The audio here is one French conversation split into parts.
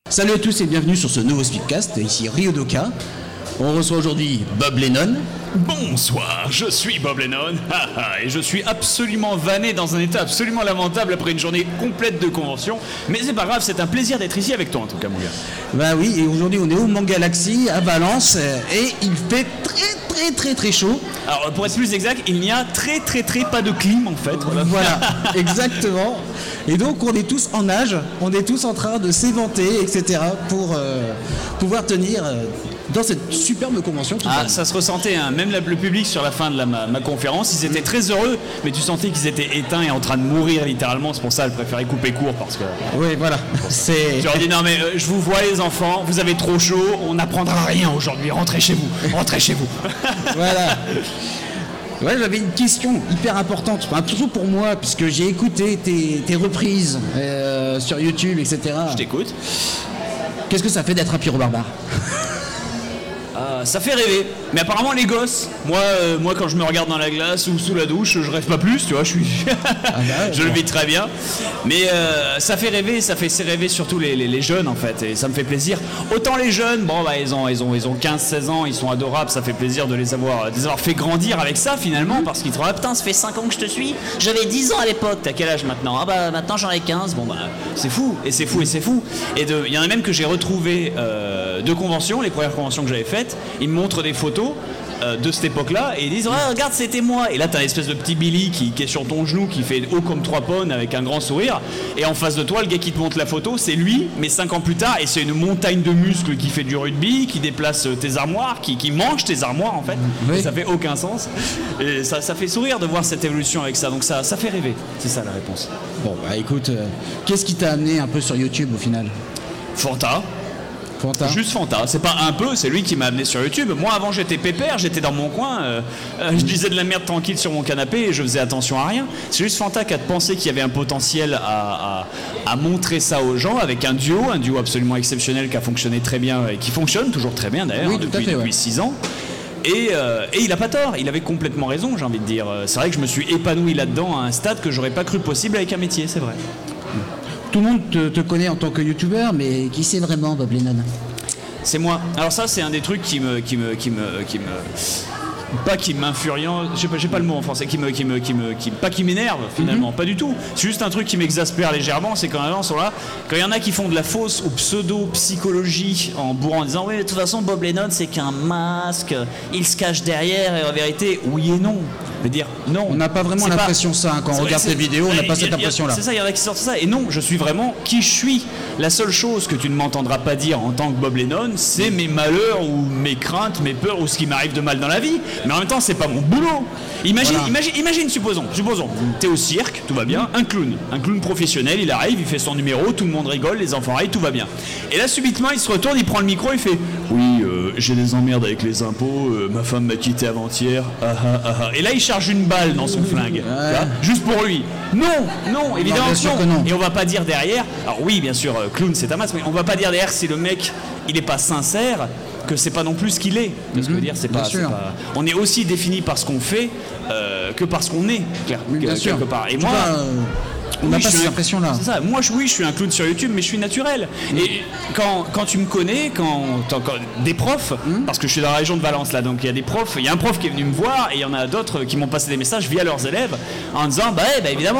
Salut à tous et bienvenue sur ce nouveau Speedcast, ici Ryodoka. On reçoit aujourd'hui Bob Lennon. Bonsoir, je suis Bob Lennon, et je suis absolument vanné dans un état absolument lamentable après une journée complète de convention. Mais c'est pas grave, c'est un plaisir d'être ici avec toi en tout cas mon gars. Bah oui, et aujourd'hui on est au Mangalaxy à Valence et il fait très chaud. Alors pour être plus exact, il n'y a très pas de clim en fait. Voilà, exactement. Et donc on est tous en nage, on est tous en train de s'éventer, etc. pour pouvoir tenir dans cette superbe convention. Ça se ressentait, hein. Même le public sur la fin de ma conférence, ils étaient très heureux, mais tu sentais qu'ils étaient éteints et en train de mourir littéralement. C'est pour ça qu'elle préférait couper court parce que... Oui, voilà. Je leur dis non mais je vous vois les enfants, vous avez trop chaud, on n'apprendra rien aujourd'hui, rentrez chez vous. Voilà. Ouais, j'avais une question hyper importante, surtout pour moi, puisque j'ai écouté tes reprises sur YouTube, etc. Je t'écoute. Qu'est-ce que ça fait d'être un pyro-barbare ? Ça fait rêver, mais apparemment les gosses, moi quand je me regarde dans la glace ou sous la douche, je rêve pas plus, tu vois, je le vis très bien, mais ça fait rêver, ça fait rêver surtout les jeunes en fait, et ça me fait plaisir. Autant les jeunes, bon bah ils ont 15-16 ans, ils sont adorables, ça fait plaisir de les avoir fait grandir avec ça finalement, parce qu'ils te disent, ah putain ça fait 5 ans que je te suis, j'avais 10 ans à l'époque, t'as quel âge maintenant? Ah bah maintenant j'en ai 15, bon bah c'est fou, et il y en a même que j'ai retrouvé de conventions, les premières conventions que j'avais faites. Ils me montrent des photos de cette époque-là et ils disent « regarde, c'était moi !» Et là, t'as une espèce de petit Billy qui est sur ton genou, qui fait haut comme 3 pommes avec un grand sourire. Et en face de toi, le gars qui te montre la photo, c'est lui, mais 5 ans plus tard. Et c'est une montagne de muscles qui fait du rugby, qui déplace tes armoires, qui mange tes armoires, en fait. Oui. Et ça fait aucun sens. Et ça fait sourire de voir cette évolution avec ça. Donc ça fait rêver. C'est ça la réponse. Bon, bah écoute, qu'est-ce qui t'a amené un peu sur YouTube au final ? Fanta. Juste Fanta, c'est pas un peu, c'est lui qui m'a amené sur YouTube. Moi avant j'étais pépère, j'étais dans mon coin, je disais de la merde tranquille sur mon canapé et je faisais attention à rien. C'est juste Fanta qui a pensé qu'il y avait un potentiel à montrer ça aux gens avec un duo absolument exceptionnel qui a fonctionné très bien et qui fonctionne toujours très bien d'ailleurs, oui, depuis 6 ans. Et il a pas tort, il avait complètement raison, j'ai envie de dire. C'est vrai que je me suis épanoui là-dedans à un stade que j'aurais pas cru possible avec un métier, c'est vrai. Tout le monde te connaît en tant que youtubeur, mais qui c'est vraiment Bob Lennon ? C'est moi. Alors ça, c'est un des trucs qui me pas qui m'infuriante, j'ai pas le mot en français, pas qui m'énerve finalement, pas du tout. C'est juste un truc qui m'exaspère légèrement, c'est quand les gens sont là, quand il y en a qui font de la fausse ou pseudo-psychologie en bourrant en disant oui, de toute façon Bob Lennon c'est qu'un masque, il se cache derrière, et en vérité, oui et non. Je veux dire, non. On n'a pas vraiment l'impression ça, hein, quand on regarde tes vidéos, on n'a pas cette impression-là. C'est ça, il y en a qui sortent ça. Et non, je suis vraiment qui je suis. La seule chose que tu ne m'entendras pas dire en tant que Bob Lennon, c'est mes malheurs ou mes craintes, mes peurs ou ce qui m'arrive de mal dans la vie. Mais en même temps, c'est pas mon boulot. Imagine, supposons, t'es au cirque, tout va bien, un clown professionnel, il arrive, il fait son numéro, tout le monde rigole, les enfants rient, tout va bien. Et là, subitement, il se retourne, il prend le micro, il fait oui, j'ai des emmerdes avec les impôts, ma femme m'a quitté avant-hier, Et là, il charge une balle dans son flingue, juste pour lui. Non, évidemment non. Et on va pas dire derrière, alors oui, bien sûr, clown c'est un masque, mais on va pas dire derrière si le mec, il est pas sincère, que c'est pas non plus ce qu'il est. Ce que je veux dire, c'est pas. On est aussi défini par ce qu'on fait que par ce qu'on est, quelque part. Et moi. On n'a pas cette impression-là. C'est ça. Moi, je suis un clown sur YouTube, mais je suis naturel. Et quand tu me connais, quand des profs, parce que je suis dans la région de Valence là, donc il y a des profs, il y a un prof qui est venu me voir et il y en a d'autres qui m'ont passé des messages via leurs élèves en disant évidemment.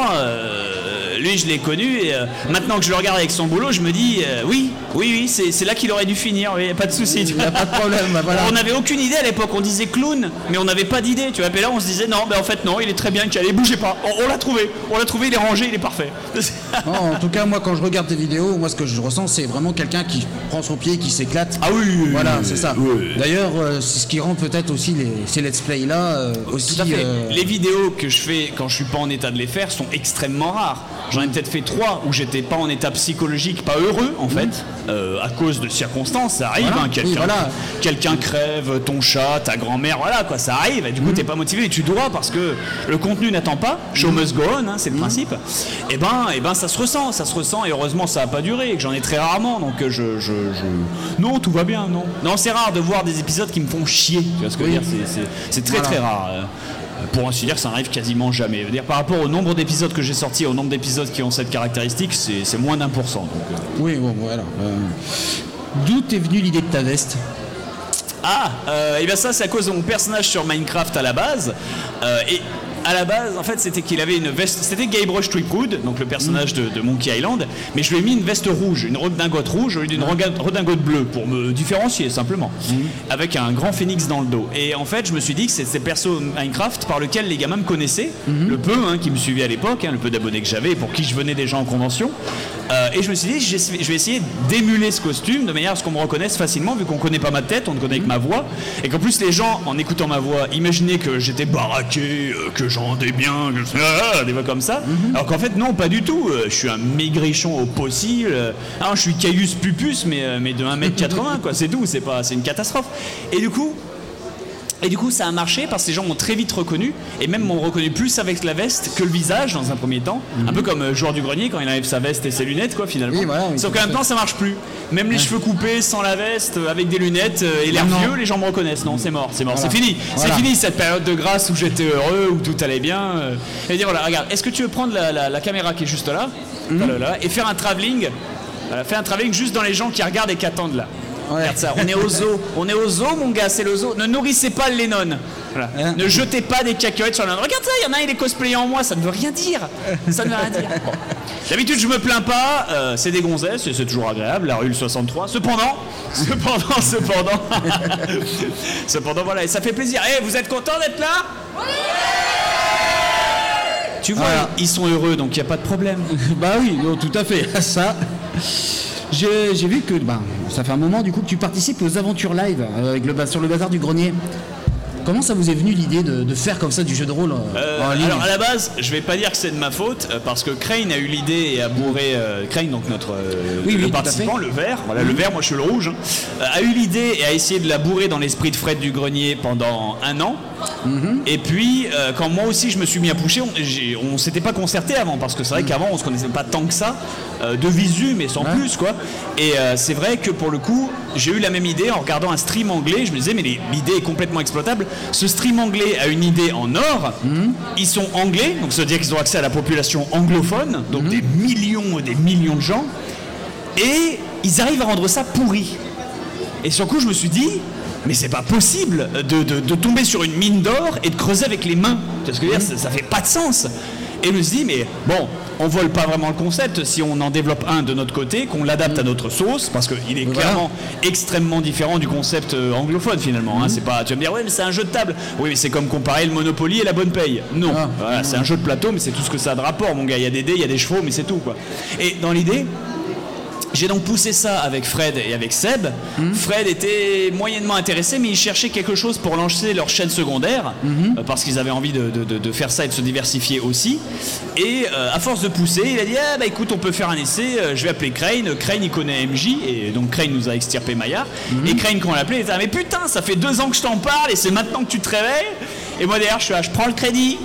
Lui, je l'ai connu et maintenant que je le regarde avec son boulot, je me dis oui, c'est là qu'il aurait dû finir. Il n'y a pas de souci. Il n'y a pas de problème. Voilà. On n'avait aucune idée à l'époque. On disait clown, mais on n'avait pas d'idée. Tu vois, et là, on se disait non, en fait, non, il est très bien. Allez, bougez pas. On l'a trouvé. Il est rangé, il est parfait. Non, en tout cas, moi, quand je regarde tes vidéos, moi, ce que je ressens, c'est vraiment quelqu'un qui prend son pied, qui s'éclate. Ah oui. Voilà, c'est ça. Oui. D'ailleurs, c'est ce qui rend peut-être aussi ces let's play là aussi. Tout à fait. Les vidéos que je fais quand je suis pas en état de les faire sont extrêmement rares. J'en ai peut-être fait 3 où j'étais pas en état psychologique, pas heureux en fait, à cause de circonstances, ça arrive, quelqu'un crève, ton chat, ta grand-mère, voilà quoi, ça arrive, et du coup t'es pas motivé et tu dois parce que le contenu n'attend pas, show must go on, c'est le principe, et ben ça se ressent, et heureusement ça a pas duré, et que j'en ai très rarement, donc non, tout va bien, non, c'est rare de voir des épisodes qui me font chier, tu vois ce que je veux dire, c'est très très rare. pour ainsi dire, ça n'arrive quasiment jamais. Je veux dire, par rapport au nombre d'épisodes que j'ai sortis, au nombre d'épisodes qui ont cette caractéristique, c'est moins d'1%. Donc, Oui, bon, voilà. D'où t'es venue l'idée de ta veste ? Et bien ça, c'est à cause de mon personnage sur Minecraft à la base. Et à la base, en fait, c'était qu'il avait une veste. C'était Guybrush Threepwood, donc le personnage de Monkey Island, mais je lui ai mis une veste rouge, une redingote rouge au lieu d'une redingote bleue pour me différencier simplement, avec un grand phénix dans le dos. Et en fait, je me suis dit que c'est ces persos Minecraft par lesquels les gamins me connaissaient, le peu qui me suivaient à l'époque, le peu d'abonnés que j'avais, pour qui je venais déjà en convention. Et je me suis dit, je vais essayer d'émuler ce costume de manière à ce qu'on me reconnaisse facilement, vu qu'on connaît pas ma tête, on ne connaît que ma voix, et qu'en plus les gens, en écoutant ma voix, imaginaient que j'étais baraqué, que j'en rendais bien, des voix comme ça. Alors qu'en fait, non, pas du tout. Je suis un maigrichon au possible. Je suis Caius Pupus, mais de 1m80, quoi. C'est tout. C'est une catastrophe. Et du coup, ça a marché parce que les gens m'ont très vite reconnu et même m'ont reconnu plus avec la veste que le visage dans un premier temps. Un peu comme Joueur du Grenier quand il enlève sa veste et ses lunettes, quoi, finalement. Oui, sauf qu'en même temps, ça marche plus. Même les cheveux coupés, sans la veste, avec des lunettes et l'air vieux, les gens me reconnaissent. Non, c'est mort. Voilà. C'est fini. Voilà. C'est fini cette période de grâce où j'étais heureux, où tout allait bien. Et dire voilà, regarde, est-ce que tu veux prendre la caméra qui est juste là, et faire un travelling, faire un travelling juste dans les gens qui regardent et qui attendent là. Ouais. Regarde ça, on est au zoo mon gars, c'est le zoo. Ne nourrissez pas le Lennon. Voilà. Ne jetez pas des cacahuètes sur le Lennon. Regarde ça, il y en a un, il est cosplayé en moi, ça ne veut rien dire. Ça ne veut rien dire. Bon. D'habitude, je me plains pas, c'est des gonzesses, c'est toujours agréable, la rue 63. Cependant, voilà, et ça fait plaisir. Vous êtes contents d'être là ? Oui. Tu vois, ils sont heureux, donc il n'y a pas de problème. Bah oui, non, tout à fait. Ça. J'ai vu que ça fait un moment du coup que tu participes aux aventures live sur le bazar du grenier. Comment ça vous est venu l'idée de faire comme ça du jeu de rôle en ligne ? Alors à la base, je vais pas dire que c'est de ma faute parce que Crane a eu l'idée et a bourré Crane, donc notre le participant, le vert. Voilà, le vert, moi je suis le rouge. A eu l'idée et a essayé de la bourrer dans l'esprit de Fred du grenier pendant 1 an. Et puis quand moi aussi je me suis mis à pusher, on s'était pas concerté avant parce que c'est vrai qu'avant on se connaissait pas tant que ça de visu mais sans plus quoi. Et c'est vrai que pour le coup j'ai eu la même idée en regardant un stream anglais. Je me disais mais l'idée est complètement exploitable. Ce stream anglais a une idée en or. Ils sont anglais, donc ça veut dire qu'ils ont accès à la population anglophone, donc des millions et des millions de gens, et ils arrivent à rendre ça pourri. Et sur le coup je me suis dit mais c'est pas possible de tomber sur une mine d'or et de creuser avec les mains. Tu vois ce que je veux dire, ça fait pas de sens. Et je me suis dit, mais bon, on vole pas vraiment le concept si on en développe un de notre côté, qu'on l'adapte à notre sauce, parce qu'il est clairement extrêmement différent du concept anglophone finalement. C'est pas, tu vas me dire, ouais, mais c'est un jeu de table. Oui, mais c'est comme comparer le Monopoly et la bonne paye. Non, c'est un jeu de plateau, mais c'est tout ce que ça a de rapport, mon gars. Il y a des dés, il y a des chevaux, mais c'est tout, quoi. Et dans l'idée, j'ai donc poussé ça avec Fred et avec Seb. Fred était moyennement intéressé, mais il cherchait quelque chose pour lancer leur chaîne secondaire, parce qu'ils avaient envie de faire ça et de se diversifier aussi. Et à force de pousser, il a dit écoute, on peut faire un essai, je vais appeler Crane. Crane, il connaît MJ, et donc Crane nous a extirpé Maillard. Et Crane, quand on l'a appelé, il était mais putain, ça fait 2 ans que je t'en parle, et c'est maintenant que tu te réveilles. Et moi derrière, je suis là, je prends le crédit.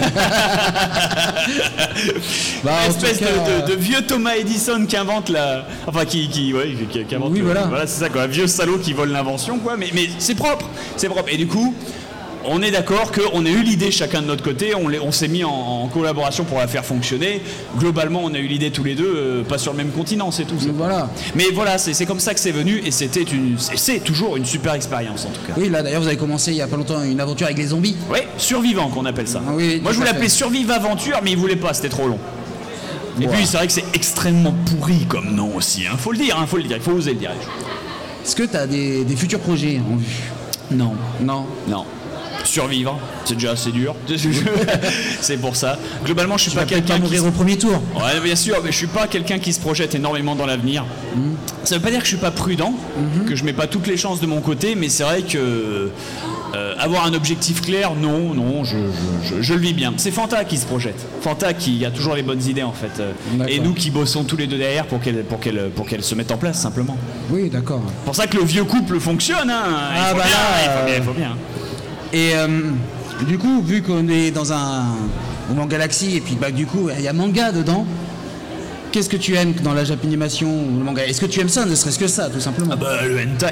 Espèce de vieux Thomas Edison qui invente la... Enfin, qui invente... Oui, voilà. Voilà, c'est ça, quoi. Un vieux salaud qui vole l'invention, quoi. Mais c'est propre. C'est propre. Et du coup, on est d'accord qu'on a eu l'idée chacun de notre côté, on s'est mis en collaboration pour la faire fonctionner. Globalement, on a eu l'idée tous les deux, pas sur le même continent, c'est tout. Voilà. Mais voilà, c'est comme ça que c'est venu, et c'est toujours une super expérience en tout cas. Oui, là d'ailleurs vous avez commencé il y a pas longtemps une aventure avec les zombies. Oui, Survivant qu'on appelle ça. Oui, moi je voulais l'appeler Survive-Aventure, mais il voulait pas, c'était trop long. Et puis c'est vrai que c'est extrêmement pourri comme nom aussi, faut le dire, il faut oser le dire. Est-ce que tu as des futurs projets en vue ? Non. Non. Survivre, c'est déjà assez dur. C'est pour ça. Globalement, je suis tu pas vas quelqu'un mourir au premier tour. Ouais, bien sûr, mais je suis pas quelqu'un qui se projette énormément dans l'avenir. Ça veut pas dire que je suis pas prudent, que je mets pas toutes les chances de mon côté, mais c'est vrai que avoir un objectif clair, non, je le vis bien. C'est Fanta qui se projette. Fanta qui a toujours les bonnes idées en fait. Et nous qui bossons tous les deux derrière pour qu'elle se mette en place simplement. Oui, d'accord. C'est pour ça que le vieux couple fonctionne. Il faut bien. Et du coup, vu qu'on est dans au Manga Galaxy, et puis du coup, il y a manga dedans, Qu'est-ce que tu aimes dans la japanimation ou le manga? Est-ce que tu aimes ça, ne serait-ce que ça, tout simplement? Ah bah le hentai.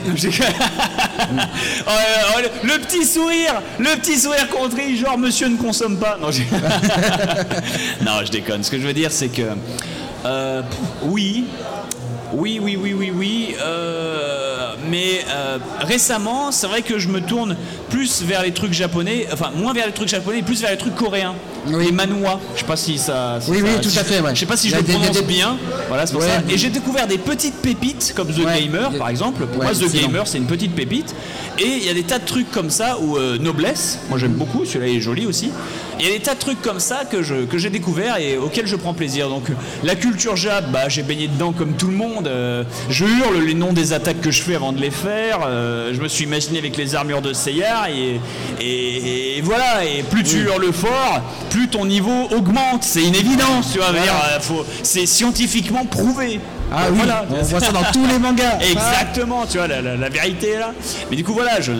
Le petit sourire contré, genre monsieur ne consomme pas. Non, non, je déconne. Ce que je veux dire, c'est que oui. Mais récemment, c'est vrai que je me tourne plus vers les trucs japonais, enfin moins vers les trucs japonais, plus vers les trucs coréens. Oui. Les manhwa. Je sais pas si ça. Oui, tout à fait. Ouais. Je sais pas si je le prononce bien. Voilà, c'est pour ça. Et j'ai découvert des petites pépites comme The Gamer, par exemple. Pour moi, The Gamer, c'est une petite pépite. Et il y a des tas de trucs comme ça où Noblesse. Moi, j'aime beaucoup. Celui-là est joli aussi. Il y a des tas de trucs comme ça que j'ai découvert et auxquels je prends plaisir. Donc la culture jap, bah, j'ai baigné dedans comme tout le monde. Je hurle les noms des attaques que je fais avant de les faire. Je me suis imaginé avec les armures de Seiya et voilà. Et plus tu hurles fort, plus ton niveau augmente. C'est une évidence, tu vois. Voilà. C'est scientifiquement prouvé. Ah oui, voilà. On voit ça dans tous les mangas. Exactement, tu vois, la vérité est là. Mais du coup, voilà, je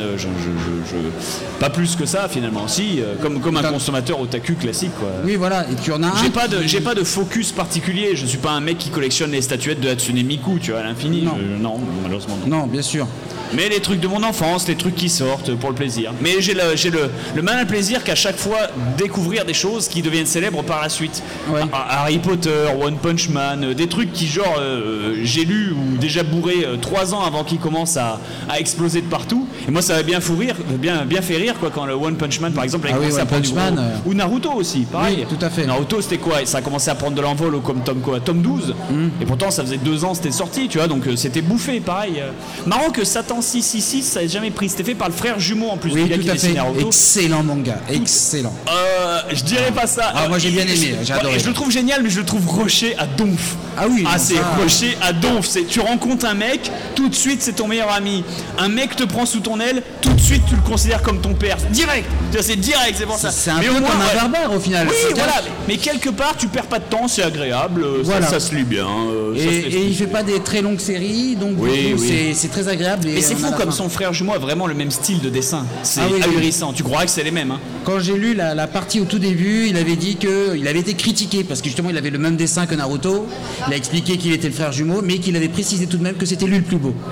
pas plus que ça finalement. Si, comme un consommateur otaku classique, quoi. Oui, voilà. Et tu en as J'ai pas de focus particulier. Je suis pas un mec qui collectionne les statuettes de Hatsune Miku, tu vois, à l'infini. Non, malheureusement non. Non, bien sûr. Mais les trucs de mon enfance, les trucs qui sortent pour le plaisir. Mais j'ai le malin plaisir qu'à chaque fois découvrir des choses qui deviennent célèbres par la suite. Ouais. Harry Potter, One Punch Man, des trucs qui genre j'ai lu ou déjà bourré 3 ans avant qu'ils commencent à exploser de partout. Et moi ça m'a bien fait rire quoi quand le One Punch Man par exemple a commencé à prendre du gros. Ou Naruto aussi, pareil. Oui, tout à fait. Naruto c'était quoi? Ça a commencé à prendre de l'envol comme tome 12. Et pourtant ça faisait 2 ans c'était sorti, tu vois, donc c'était bouffé, pareil. Marrant que Satan 666 ça n'a jamais pris. C'était fait par le frère jumeau en plus. Oui, tout à fait. Excellent manga, excellent. Je dirais pas ça. Moi j'ai bien aimé, j'ai adoré. Je le trouve génial, mais je le trouve rushé à donf. Ah oui. Ah c'est rushé à donf. Tu rencontres un mec, tout de suite c'est ton meilleur ami. Un mec te prend sous ton aile, tout de suite tu le considères comme ton père. Direct. C'est direct, c'est pour ça. C'est un peu comme un barbare au final. Oui, voilà. Mais quelque part tu perds pas de temps, c'est agréable. Voilà. Ça se lit bien. Et il fait pas des très longues séries, donc c'est très agréable. Et c'est fou comme son frère jumeau a vraiment le même style de dessin. C'est ahurissant. Tu croirais que c'est les mêmes. Hein. Quand j'ai lu la partie au tout début, il avait dit qu'il avait été critiqué parce que justement il avait le même dessin que Naruto. Il a expliqué qu'il était le frère jumeau, mais qu'il avait précisé tout de même que c'était lui le plus beau.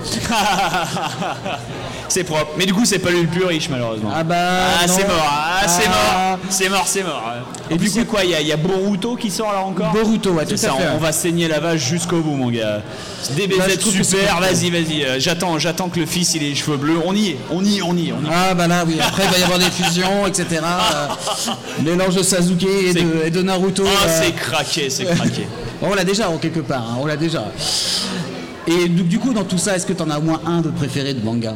C'est propre. Mais du coup, c'est pas lui le plus riche, malheureusement. Ah bah. Non. C'est mort. Et du coup, quoi, il y a Boruto qui sort là encore? Boruto, ouais, tout ça. On va saigner la vache jusqu'au bout, mon gars. DBZ super, vas-y. J'attends que le fils il ait les cheveux bleus. On y est. Ah bah là, oui. Après, il va y avoir des fusions, etc. Mélange de Sasuke et de Naruto. C'est craqué. On l'a déjà, quelque part. On l'a déjà. Et du coup, dans tout ça, est-ce que t'en as au moins un de préféré de manga?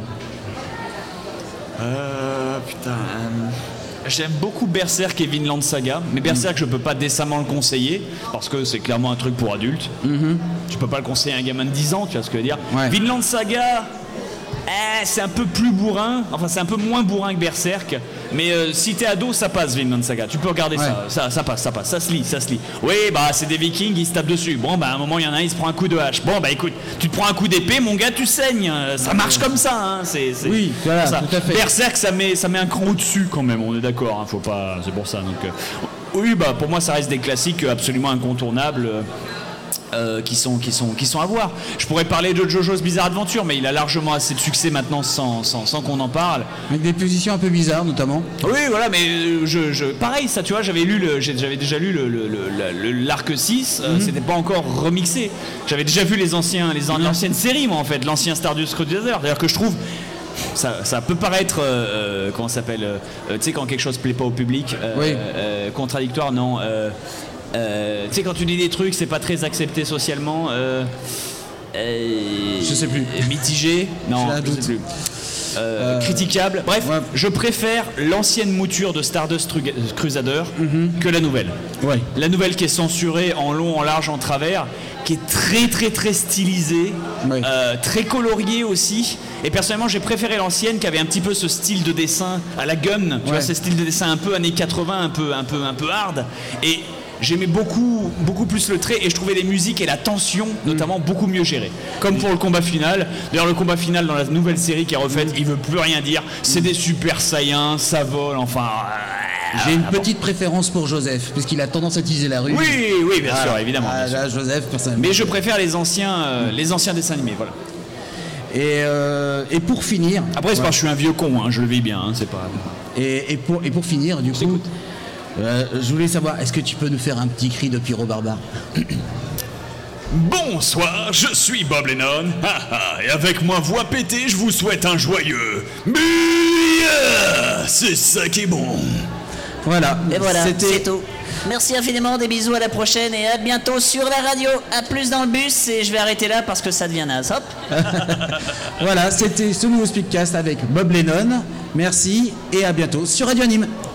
J'aime beaucoup Berserk et Vinland Saga, mais Berserk je peux pas décemment le conseiller parce que c'est clairement un truc pour adultes. Tu peux pas le conseiller à un gamin de 10 ans, tu vois ce que je veux dire. Vinland Saga, c'est un peu plus bourrin, enfin c'est un peu moins bourrin que Berserk, mais si t'es ado ça passe Vinland Saga, tu peux regarder ça passe, ça se lit. Oui bah c'est des vikings, ils se tapent dessus, bon bah à un moment il y en a un, il se prend un coup de hache, bon bah écoute, tu te prends un coup d'épée mon gars tu saignes, ça marche comme ça, hein. Oui, voilà, ça. Tout à fait. Berserk ça met un cran au-dessus quand même, on est d'accord, hein, faut pas, c'est pour ça, donc oui bah pour moi ça reste des classiques absolument incontournables. Qui sont à voir. Je pourrais parler de JoJo's Bizarre Adventure, mais il a largement assez de succès maintenant sans qu'on en parle. Avec des positions un peu bizarres notamment. Oui, voilà, mais pareil, ça, tu vois, j'avais déjà lu l'arc 6, c'était pas encore remixé. J'avais déjà vu l'ancienne série, moi, en fait, l'ancien Stardust Crusader. D'ailleurs que je trouve. Ça peut paraître, comment ça s'appelle, tu sais, quand quelque chose plaît pas au public, contradictoire, non. Tu sais quand tu dis des trucs c'est pas très accepté socialement je sais plus, mitigé, non je sais plus, critiquable, bref, je préfère l'ancienne mouture de Stardust Crusader que la nouvelle. La nouvelle qui est censurée en long, en large, en travers, qui est très très très stylisée, très coloriée aussi, et personnellement j'ai préféré l'ancienne qui avait un petit peu ce style de dessin à la Gun, tu vois, ce style de dessin un peu années 80, un peu hard, et j'aimais beaucoup plus le trait, et je trouvais les musiques et la tension notamment beaucoup mieux gérées. Comme pour le combat final. D'ailleurs le combat final dans la nouvelle série qui est refaite, il veut plus rien dire. C'est des super saiyans, ça vole, enfin J'ai une petite préférence pour Joseph, parce qu'il a tendance à utiliser la rue. Oui, bien sûr, évidemment. Bien sûr. Là, Joseph, personnellement. Mais je préfère les anciens dessins animés, voilà. Et pour finir... Après, c'est parce que je suis un vieux con, hein, je le vis bien, hein, c'est pas... Et pour finir, du coup, je voulais savoir, est-ce que tu peux nous faire un petit cri de Pyro Barbare? Bonsoir, je suis Bob Lennon, et avec moi voix pétée, je vous souhaite un joyeux... C'est ça qui est bon. Voilà, et voilà, c'est tout. Merci infiniment, des bisous, à la prochaine et à bientôt sur la radio. À plus dans le bus et je vais arrêter là parce que ça devient naze. Hop. Voilà, c'était ce nouveau Speakcast avec Bob Lennon. Merci et à bientôt sur Radio Anime.